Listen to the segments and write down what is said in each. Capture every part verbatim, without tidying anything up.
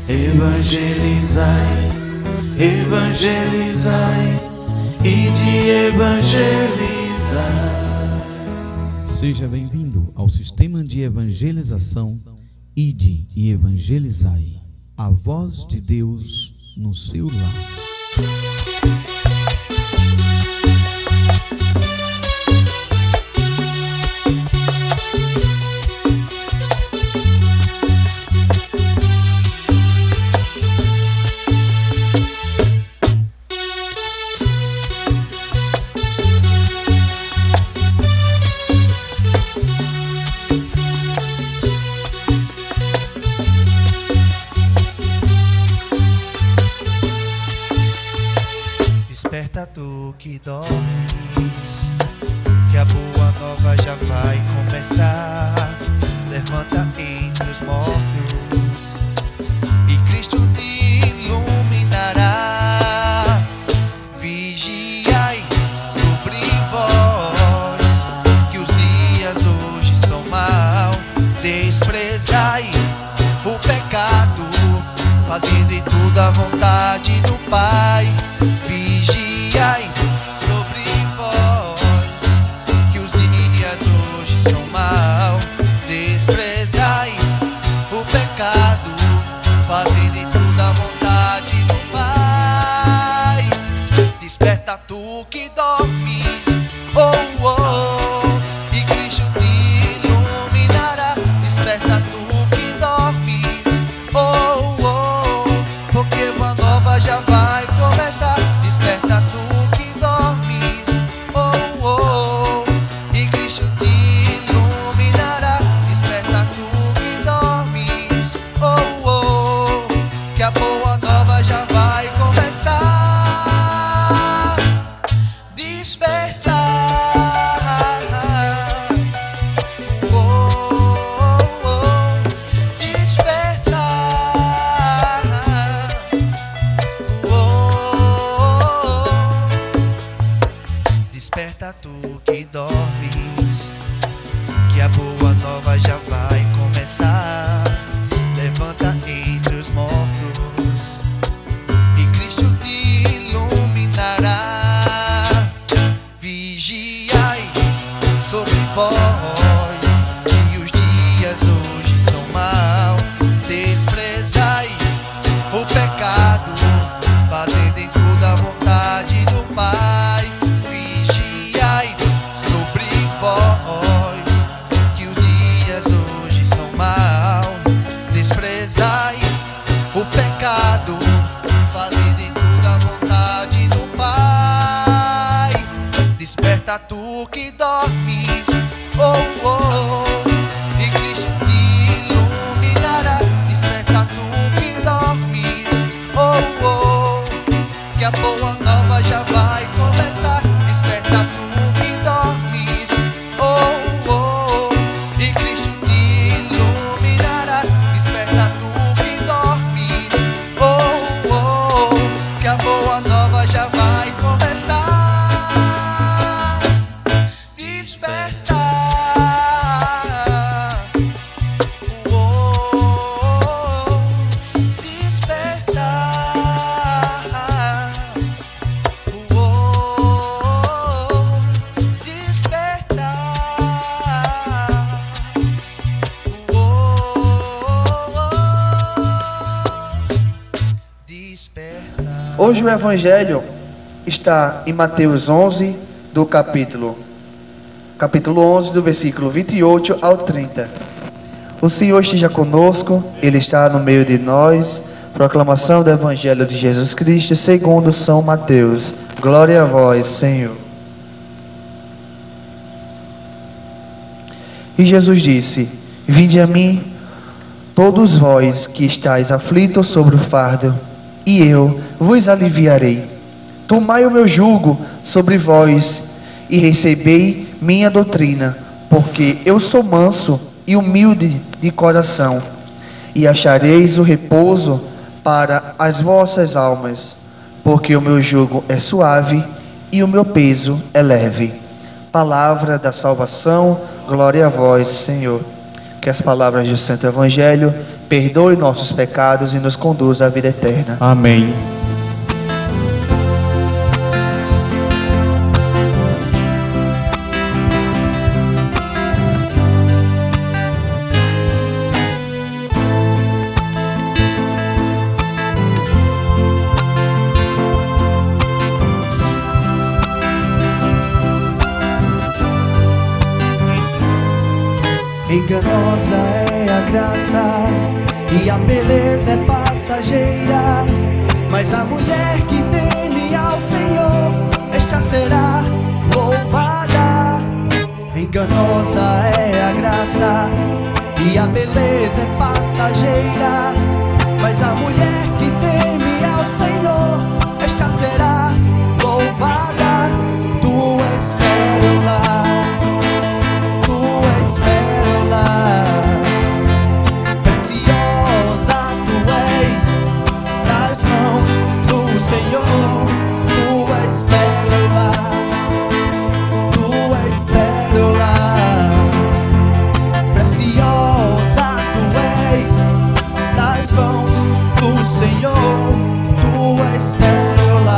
Evangelizai, evangelizai, ide evangelizar. Seja bem-vindo ao sistema de evangelização Ide e Evangelizai, a voz de Deus no seu lar. Desperta tu que dormes, que a boa nova já vai começar. Levanta entre os mortos e Cristo te iluminará. Vigiai sobre vós, que os dias hoje são maus. Desprezai o pecado, fazendo em tudo a vontade do Pai. Vigiai sobre vós, que os dias hoje são maus. Desprezai o pecado, fazendo em tudo a vontade do Pai. Desperta tu que dormes, oh, oh, e Cristo te iluminará. Desperta tu que dormes, oh, oh, porque uma nova já vai começar. Desperta tu que dormes, oh, oh, e Cristo te iluminará. Desperta tu que dormes, oh, oh, que a boa nova já vai começar. Despertar, oh, oh, despertar, oh, desperta tu que dormes, que a boa nova já vai começar. Levanta entre os mortos e Cristo te iluminará. Vigiai sobre vós, que os dias hoje são maus. Desprezai o pecado, fazendo em tudo a vontade do Pai. Vigiai sobre vós, que os dias hoje são maus. Desprezai o pecado, fazendo em tudo a vontade do Pai. Desperta tu que dormes, oh, oh, e Cristo te iluminará. Desperta tu que dormes, oh, oh, que a boa nova já vai começar. Desperta tu que dormes, oh, oh, e Cristo te iluminará. Desperta tu que dormes, oh, oh, que a boa nova já vai começar. Despertar, oh, despertar, oh, despertar, oh, despertar. Hoje o Evangelho está em Mateus onze, do capítulo, capítulo onze, do versículo vinte e oito ao trinta. O Senhor esteja conosco, Ele está no meio de nós. Proclamação do Evangelho de Jesus Cristo segundo São Mateus. Glória a vós, Senhor. E Jesus disse: Vinde a mim, todos vós que estáis aflitos sobre o fardo, e eu vos aliviarei. Tomai o meu jugo sobre vós e recebei minha doutrina, porque eu sou manso e humilde de coração, e achareis o repouso para as vossas almas, porque o meu jugo é suave e o meu peso é leve. Palavra da salvação, glória a vós, Senhor. Que as palavras do Santo Evangelho perdoe nossos pecados e nos conduza à vida eterna. Amém. Enganosa é a graça e a beleza é passageira, mas a mulher que teme ao Senhor, esta será louvada. Enganosa é a graça e a beleza é passageira, mas a mulher que teme ao Senhor, esta será louvada. Tu és pérola, Senhor, tu és pérola, tu és pérola, preciosa tu és nas mãos do Senhor, tu és pérola.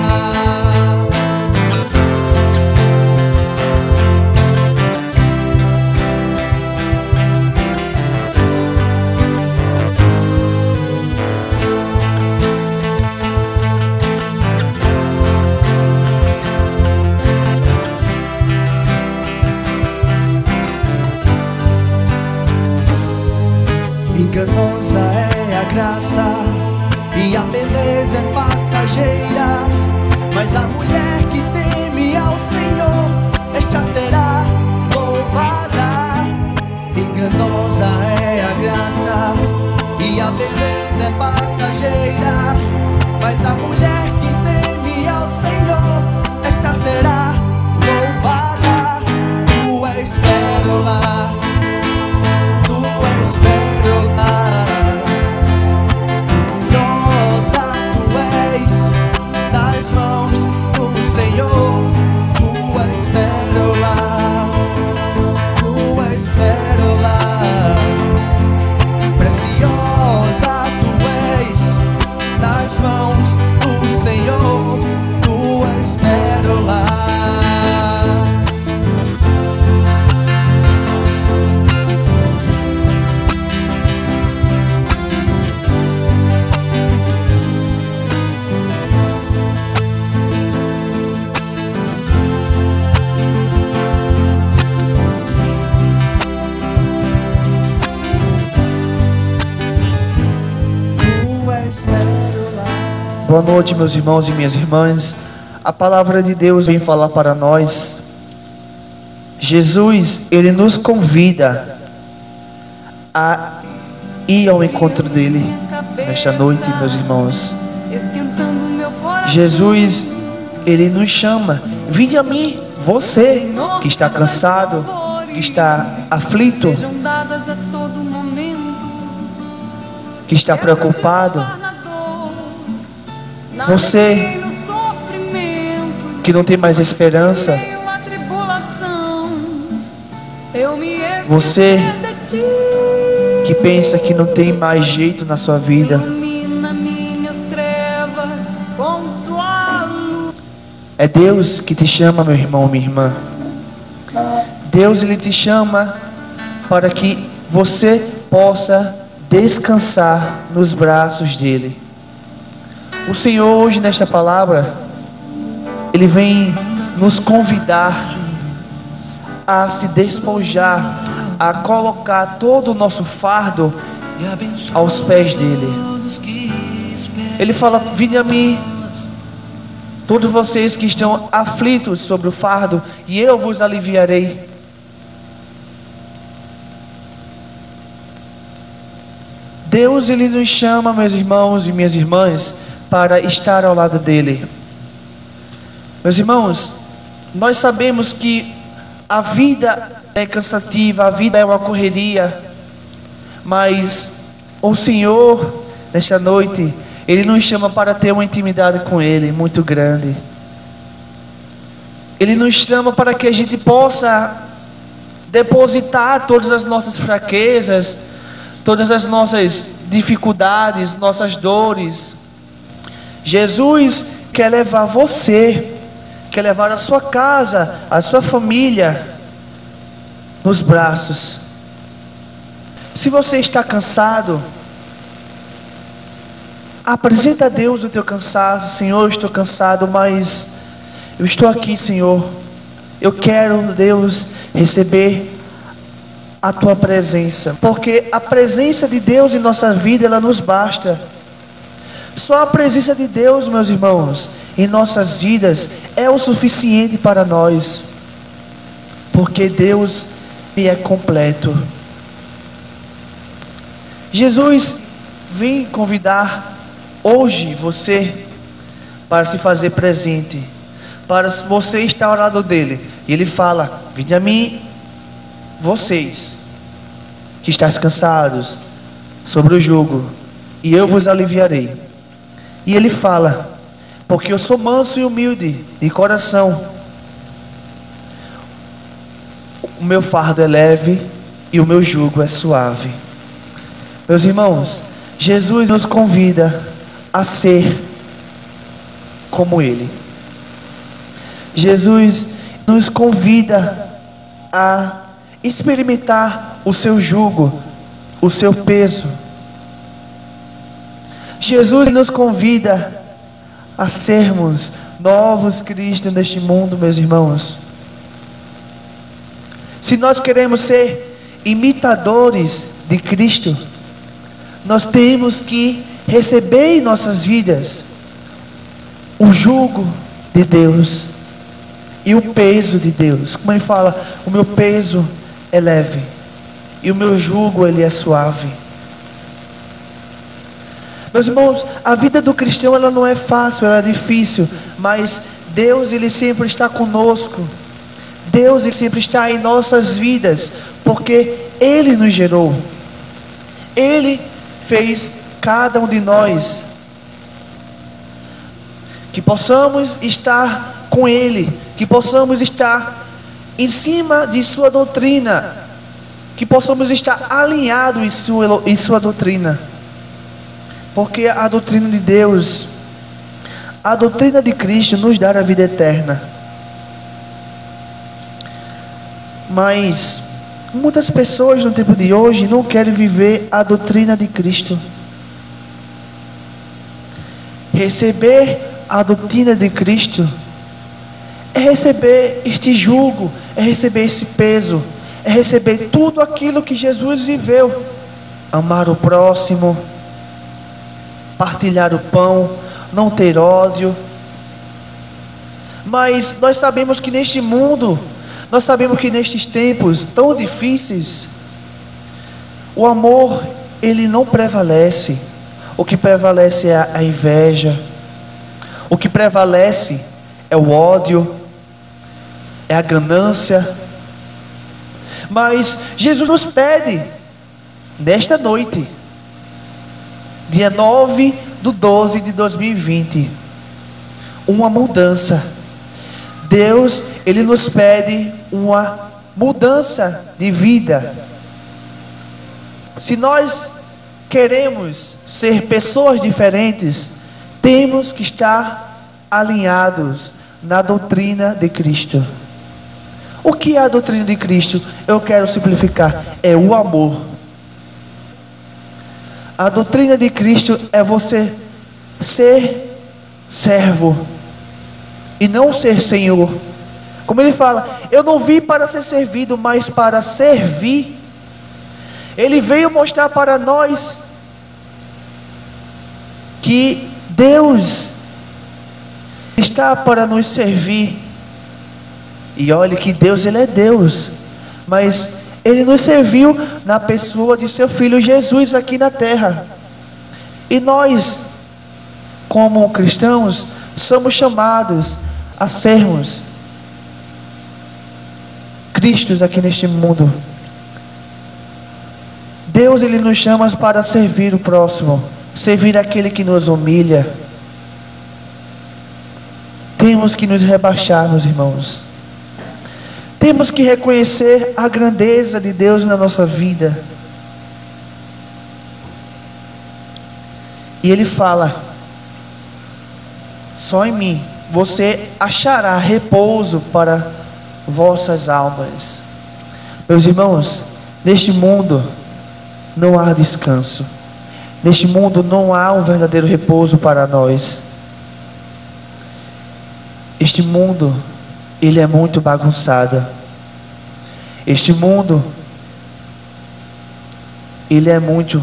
Enganosa é a graça e a beleza é passageira, mas a mulher que teme ao Senhor, esta será louvada. Enganosa é a graça e a beleza é passageira, mas a mulher que teme ao Senhor, esta será louvada. Tu és pérola, tu és pérola, gloriosa tu és nas mãos do Senhor, tu és pérola, tu és pérola, preciosa tu és nas mãos do Senhor, tu és pérola. Boa noite, meus irmãos e minhas irmãs. A palavra de Deus vem falar para nós. Jesus, ele nos convida a ir ao encontro dele nesta noite, meus irmãos. Jesus, ele nos chama: vinde a mim, você que está cansado, que está aflito, que está preocupado, você que não tem mais esperança, você que pensa que não tem mais jeito na sua vida, é Deus que te chama, meu irmão, minha irmã. Deus, ele te chama para que você possa descansar nos braços dele. O Senhor hoje nesta palavra, ele vem nos convidar a se despojar, a colocar todo o nosso fardo aos pés dele. Ele fala: vinde a mim, todos vocês que estão aflitos sobre o fardo, e eu vos aliviarei. Deus, ele nos chama, meus irmãos e minhas irmãs, para estar ao lado dele. Meus irmãos, nós sabemos que a vida é cansativa, a vida é uma correria, mas o Senhor, nesta noite, ele nos chama para ter uma intimidade com ele muito grande. Ele nos chama para que a gente possa depositar todas as nossas fraquezas, todas as nossas dificuldades, nossas dores. Jesus quer levar você, quer levar a sua casa, a sua família nos braços. Se você está cansado, apresenta a Deus o teu cansaço. Senhor, eu estou cansado, mas eu estou aqui, Senhor. Eu quero, Deus, receber a tua presença, porque a presença de Deus em nossa vida, ela nos basta. Só a presença de Deus, meus irmãos, em nossas vidas é o suficiente para nós, porque Deus é completo. Jesus vem convidar hoje você para se fazer presente, para você estar ao lado dele. E ele fala: vinde a mim, vocês que estáis cansados sobre o jugo, e eu vos aliviarei. E ele fala: porque eu sou manso e humilde de coração, o meu fardo é leve e o meu jugo é suave. Meus irmãos, Jesus nos convida a ser como ele. Jesus nos convida a experimentar o seu jugo, o seu peso. Jesus nos convida a sermos novos Cristos neste mundo, meus irmãos. Se nós queremos ser imitadores de Cristo, nós temos que receber em nossas vidas o jugo de Deus e o peso de Deus. Como ele fala: o meu peso é leve e o meu jugo ele é suave. Meus irmãos, a vida do cristão ela não é fácil, ela é difícil, mas Deus ele sempre está conosco. Deus ele sempre está em nossas vidas, porque Ele nos gerou. Ele fez cada um de nós que possamos estar com Ele, que possamos estar em cima de sua doutrina, que possamos estar alinhados em sua, em sua doutrina, porque a doutrina de Deus, a doutrina de Cristo nos dá a vida eterna. Mas muitas pessoas no tempo de hoje não querem viver a doutrina de Cristo. Receber a doutrina de Cristo é receber este jugo, é receber esse peso, é receber tudo aquilo que Jesus viveu. Amar o próximo, partilhar o pão, não ter ódio. Mas nós sabemos que neste mundo, nós sabemos que nestes tempos tão difíceis, o amor ele não prevalece. O que prevalece é a inveja, o que prevalece é o ódio, é a ganância. Mas Jesus nos pede nesta noite, dia nove de doze de dois mil e vinte, uma mudança. Deus, Ele nos pede uma mudança de vida. Se nós queremos ser pessoas diferentes, temos que estar alinhados na doutrina de Cristo. O que é a doutrina de Cristo? Eu quero simplificar: é o amor. A doutrina de Cristo é você ser servo e não ser senhor. Como ele fala: eu não vim para ser servido, mas para servir. Ele veio mostrar para nós que Deus está para nos servir. E olhe que Deus, Ele é Deus, mas Ele nos serviu na pessoa de seu Filho Jesus aqui na terra. E nós, como cristãos, somos chamados a sermos Cristos aqui neste mundo. Deus, Ele nos chama para servir o próximo, servir aquele que nos humilha. Temos que nos rebaixar, meus irmãos. Temos que reconhecer a grandeza de Deus na nossa vida. E ele fala: só em mim você achará repouso para vossas almas. Meus irmãos, neste mundo não há descanso. Neste mundo não há um verdadeiro repouso para nós. Este mundo, ele é muito bagunçado. Este mundo, ele é muito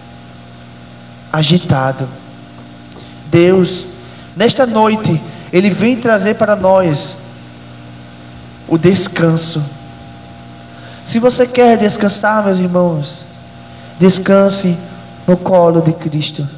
agitado. Deus, nesta noite, Ele vem trazer para nós o descanso. Se você quer descansar, meus irmãos, descanse no colo de Cristo.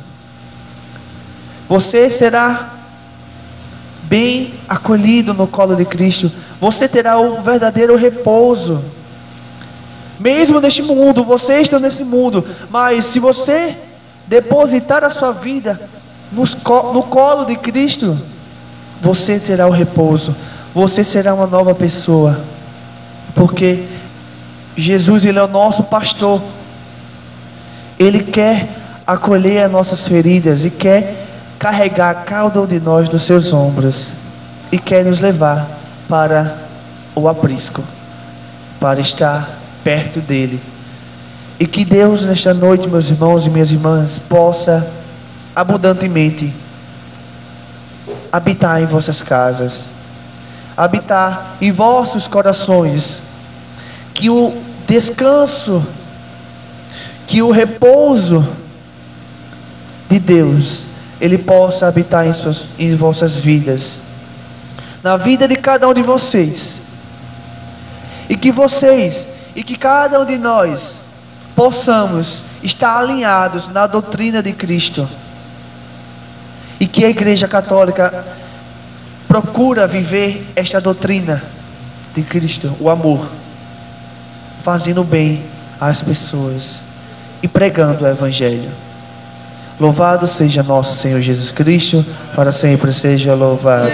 Você será bem acolhido no colo de Cristo. Você terá o verdadeiro repouso. Mesmo neste mundo, você está nesse mundo, mas se você depositar a sua vida nos co- no colo de Cristo, você terá o repouso. Você será uma nova pessoa, porque Jesus, Ele é o nosso pastor. Ele quer acolher as nossas feridas e quer carregar cada um de nós nos seus ombros e quer nos levar para o aprisco, para estar perto dele. E que Deus nesta noite, meus irmãos e minhas irmãs, possa abundantemente habitar em vossas casas, habitar em vossos corações. Que o descanso, que o repouso de Deus, Ele possa habitar em, suas, em vossas vidas, na vida de cada um de vocês, e que vocês, e que cada um de nós possamos estar alinhados na doutrina de Cristo, e que a Igreja Católica procura viver esta doutrina de Cristo, o amor, fazendo bem às pessoas e pregando o Evangelho. Louvado seja nosso Senhor Jesus Cristo, para sempre seja louvado.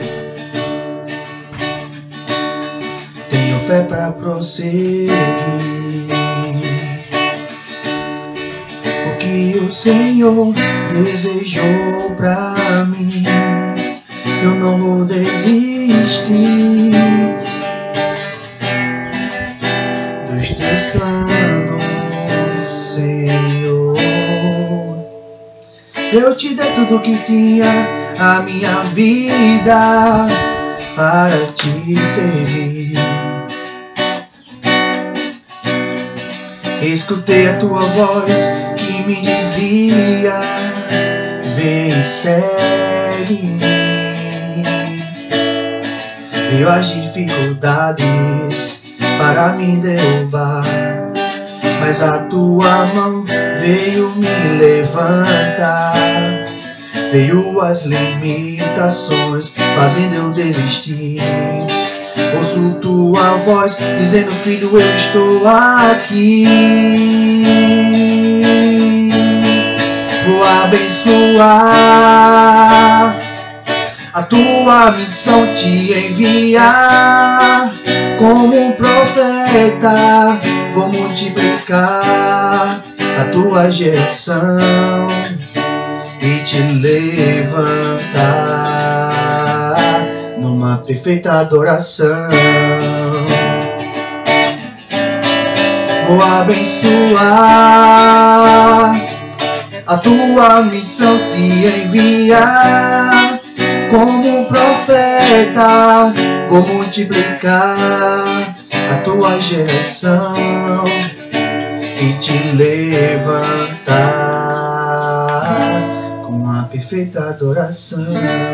Tenho fé pra prosseguir. O que o Senhor desejou pra mim, eu não vou desistir dos teus planos, Senhor. Eu te dei tudo que tinha, a minha vida, para te servir. Escutei a tua voz que me dizia: vem e segue-me. Veio as dificuldades para me derrubar, mas a tua mão veio me levantar. Veio as limitações fazendo eu desistir. Ouço tua voz dizendo: filho, eu estou aqui. Vou abençoar a tua missão, te enviar como um profeta. Vou multiplicar a tua geração e te levantar numa perfeita adoração. Vou abençoar a tua missão, te enviar como um profeta. Vou multiplicar a tua geração e te levantar com a perfeita adoração.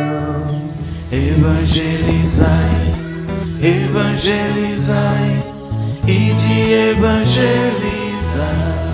Evangelizai, evangelizai e de evangelizar.